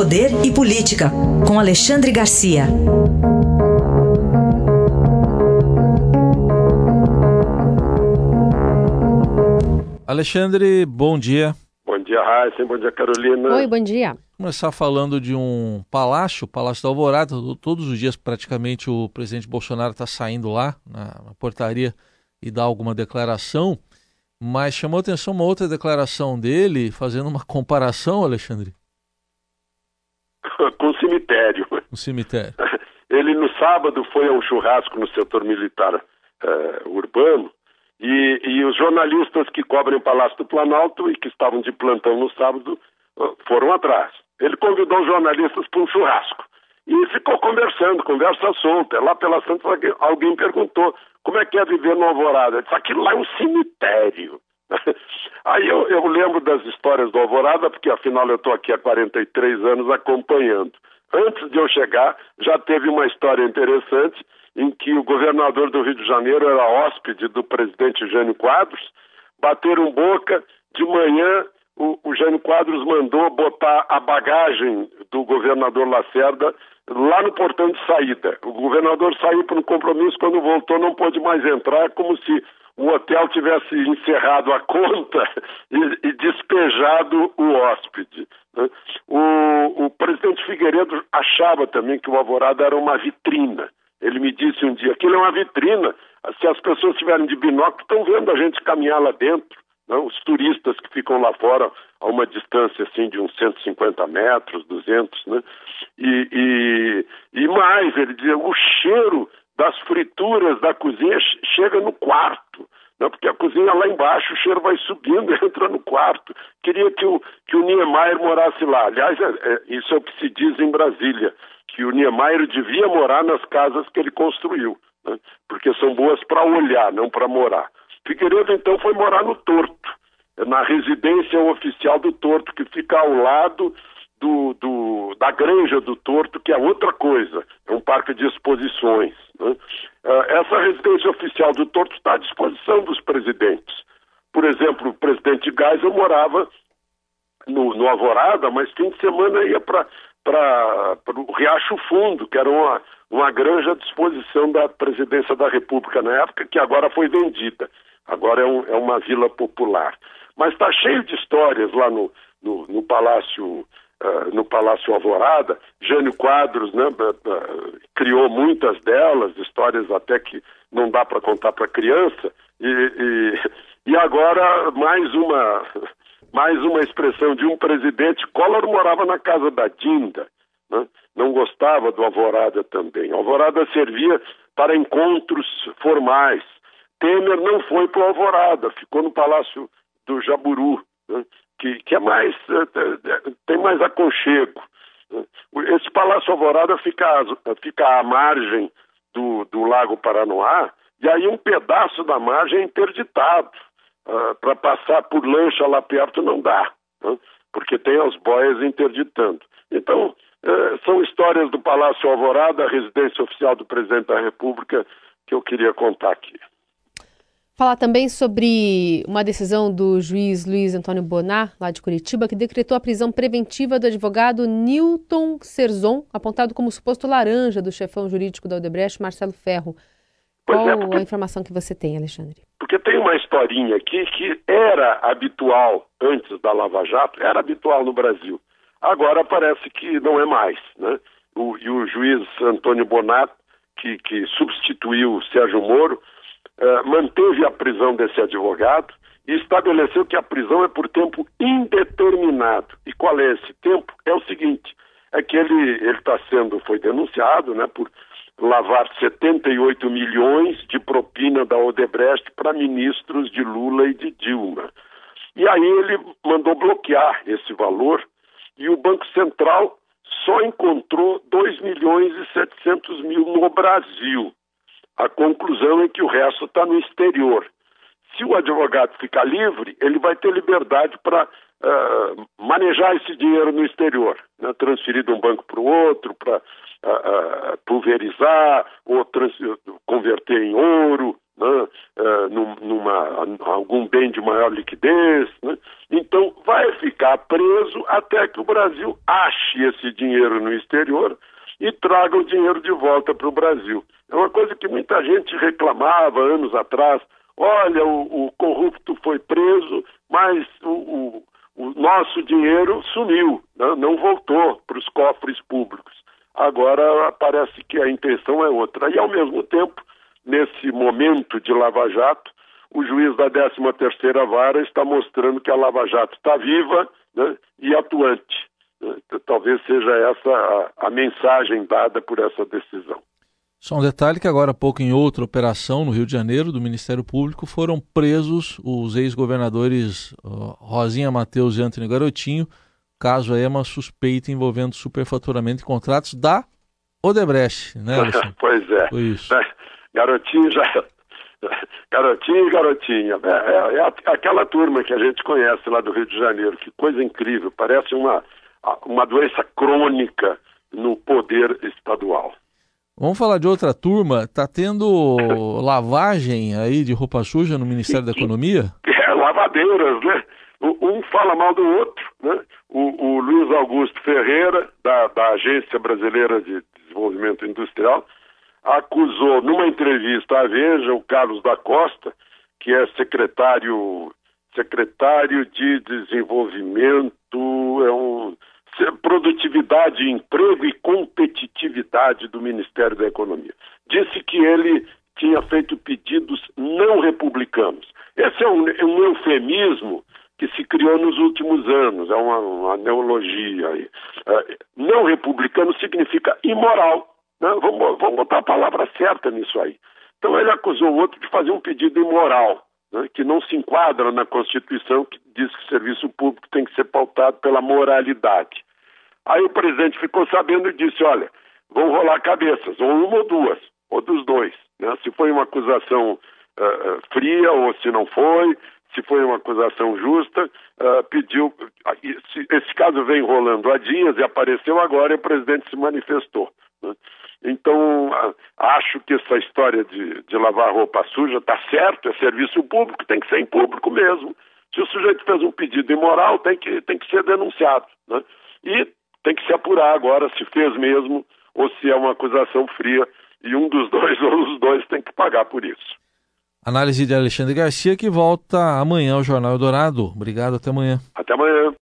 Poder e Política, com Alexandre Garcia. Alexandre, bom dia. Bom dia, Raíssa. Bom dia, Carolina. Oi, bom dia. Vamos começar falando de um palácio, o Palácio da Alvorada. Todos os dias, praticamente, o presidente Bolsonaro está saindo lá na portaria e dá alguma declaração. Mas chamou atenção uma outra declaração dele, fazendo uma comparação, Alexandre? Com o cemitério. O cemitério. Ele, no sábado, foi a um churrasco no setor militar urbano e os jornalistas que cobrem o Palácio do Planalto e que estavam de plantão no sábado foram atrás. Ele convidou os jornalistas para um churrasco e ficou conversando, conversa solta. Lá pela Santa, alguém perguntou como é que é viver no Alvorada. Ele disse, aquilo lá é um cemitério. Aí eu lembro das histórias do Alvorada, porque afinal eu estou aqui há 43 anos acompanhando. Antes de eu chegar, já teve uma história interessante em que o governador do Rio de Janeiro era hóspede do presidente Jânio Quadros, bateram boca, de manhã o Jânio Quadros mandou botar a bagagem do governador Lacerda lá no portão de saída. O governador saiu para um compromisso, quando voltou não pôde mais entrar, como se o hotel tivesse encerrado a conta e despejado o hóspede. O presidente Figueiredo achava também que o Alvorada era uma vitrina. Ele me disse um dia, aquilo é uma vitrina, se as pessoas estiverem de binóculo, estão vendo a gente caminhar lá dentro. Não? Os turistas que ficam lá fora a uma distância assim de uns 150 metros, 200, né? E mais, ele dizia, o cheiro das frituras da cozinha chega no quarto, né? Porque a cozinha lá embaixo, o cheiro vai subindo, entra no quarto. Queria que o Niemeyer morasse lá. Aliás, isso é o que se diz em Brasília, que o Niemeyer devia morar nas casas que ele construiu, né? Porque são boas para olhar, não para morar. Figueiredo, então, foi morar no Torto, na residência oficial do Torto, que fica ao lado da Granja do Torto, que é outra coisa, é um parque de exposições, né? Essa residência oficial do Torto está à disposição dos presidentes. Por exemplo, o presidente Geisel morava no Alvorada, mas fim de semana ia para o Riacho Fundo, que era uma granja à disposição da Presidência da República na época, que agora foi vendida. Agora é uma vila popular. Mas está cheio de histórias lá no Palácio Alvorada. Jânio Quadros, né, criou muitas delas, histórias até que não dá para contar para criança. E agora mais uma expressão de um presidente. Collor morava na casa da Dinda, né? Não gostava do Alvorada também. Alvorada servia para encontros formais. Temer não foi para o Alvorada, ficou no Palácio do Jaburu, né? que é mais, tem mais aconchego. Esse Palácio Alvorada fica à margem do Lago Paranoá, e aí um pedaço da margem é interditado. Para passar por lancha lá perto não dá, né? Porque tem as boias interditando. Então, são histórias do Palácio Alvorada, a residência oficial do presidente da República, que eu queria contar aqui. Falar também sobre uma decisão do juiz Luiz Antônio Bonar, lá de Curitiba, que decretou a prisão preventiva do advogado Newton Cerzon, apontado como suposto laranja do chefão jurídico da Odebrecht, Marcelo Ferro. Qual a informação que você tem, Alexandre? Porque tem uma historinha aqui que era habitual antes da Lava Jato, era habitual no Brasil. Agora parece que não é mais, né? E o juiz Antônio Bonar, que substituiu o Sérgio Moro, manteve a prisão desse advogado e estabeleceu que a prisão é por tempo indeterminado. E qual é esse tempo? É o seguinte, é que ele foi denunciado, né, por lavar 78 milhões de propina da Odebrecht para ministros de Lula e de Dilma. E aí ele mandou bloquear esse valor e o Banco Central só encontrou 2 milhões e 700 mil no Brasil. A conclusão é que o resto está no exterior. Se o advogado ficar livre, ele vai ter liberdade para manejar esse dinheiro no exterior, né? Transferir de um banco para o outro, para pulverizar ou converter em ouro, né, algum bem de maior liquidez, né? Então vai ficar preso até que o Brasil ache esse dinheiro no exterior e traga o dinheiro de volta para o Brasil. É uma coisa que muita gente reclamava anos atrás. Olha, o corrupto foi preso, mas o nosso dinheiro sumiu, né? Não voltou para os cofres públicos. Agora parece que a intenção é outra. E, ao mesmo tempo, nesse momento de Lava Jato, o juiz da 13ª Vara está mostrando que a Lava Jato está viva, né, e atuante. Talvez seja essa a mensagem dada por essa decisão. Só um detalhe que agora há pouco em outra operação no Rio de Janeiro do Ministério Público foram presos os ex-governadores Rosinha Mateus e Antony Garotinho, caso aí é uma suspeita envolvendo superfaturamento de contratos da Odebrecht, né, Alexandre? Pois é. Foi isso. Garotinho e garotinha. É aquela turma que a gente conhece lá do Rio de Janeiro. Que coisa incrível. Parece uma doença crônica no poder estadual. Vamos falar de outra turma. Tá tendo lavagem aí de roupa suja no Ministério da Economia? Lavadeiras, né? Um fala mal do outro, né? O Luiz Augusto Ferreira, da Agência Brasileira de Desenvolvimento Industrial, acusou numa entrevista à Veja o Carlos da Costa, que é secretário de Desenvolvimento, Produtividade, Emprego e Competitividade do Ministério da Economia. Disse que ele tinha feito pedidos não republicanos. Esse é um eufemismo que se criou nos últimos anos, é uma neologia aí. Não republicano significa imoral. Vamos botar a palavra certa nisso aí. Então ele acusou o outro de fazer um pedido imoral, né, que não se enquadra na Constituição, que diz que o serviço público tem que ser pautado pela moralidade. Aí o presidente ficou sabendo e disse, olha, vão rolar cabeças, ou uma ou duas, ou dos dois, né? Se foi uma acusação fria ou se não foi, se foi uma acusação justa, pediu... Esse caso vem rolando há dias e apareceu agora e o presidente se manifestou, né? Então, acho que essa história de lavar roupa suja está certo, é serviço público, tem que ser em público mesmo. Se o sujeito fez um pedido imoral, tem que ser denunciado, né? E tem que se apurar agora se fez mesmo ou se é uma acusação fria e um dos dois ou os dois tem que pagar por isso. Análise de Alexandre Garcia, que volta amanhã ao Jornal Eldorado. Obrigado, até amanhã. Até amanhã.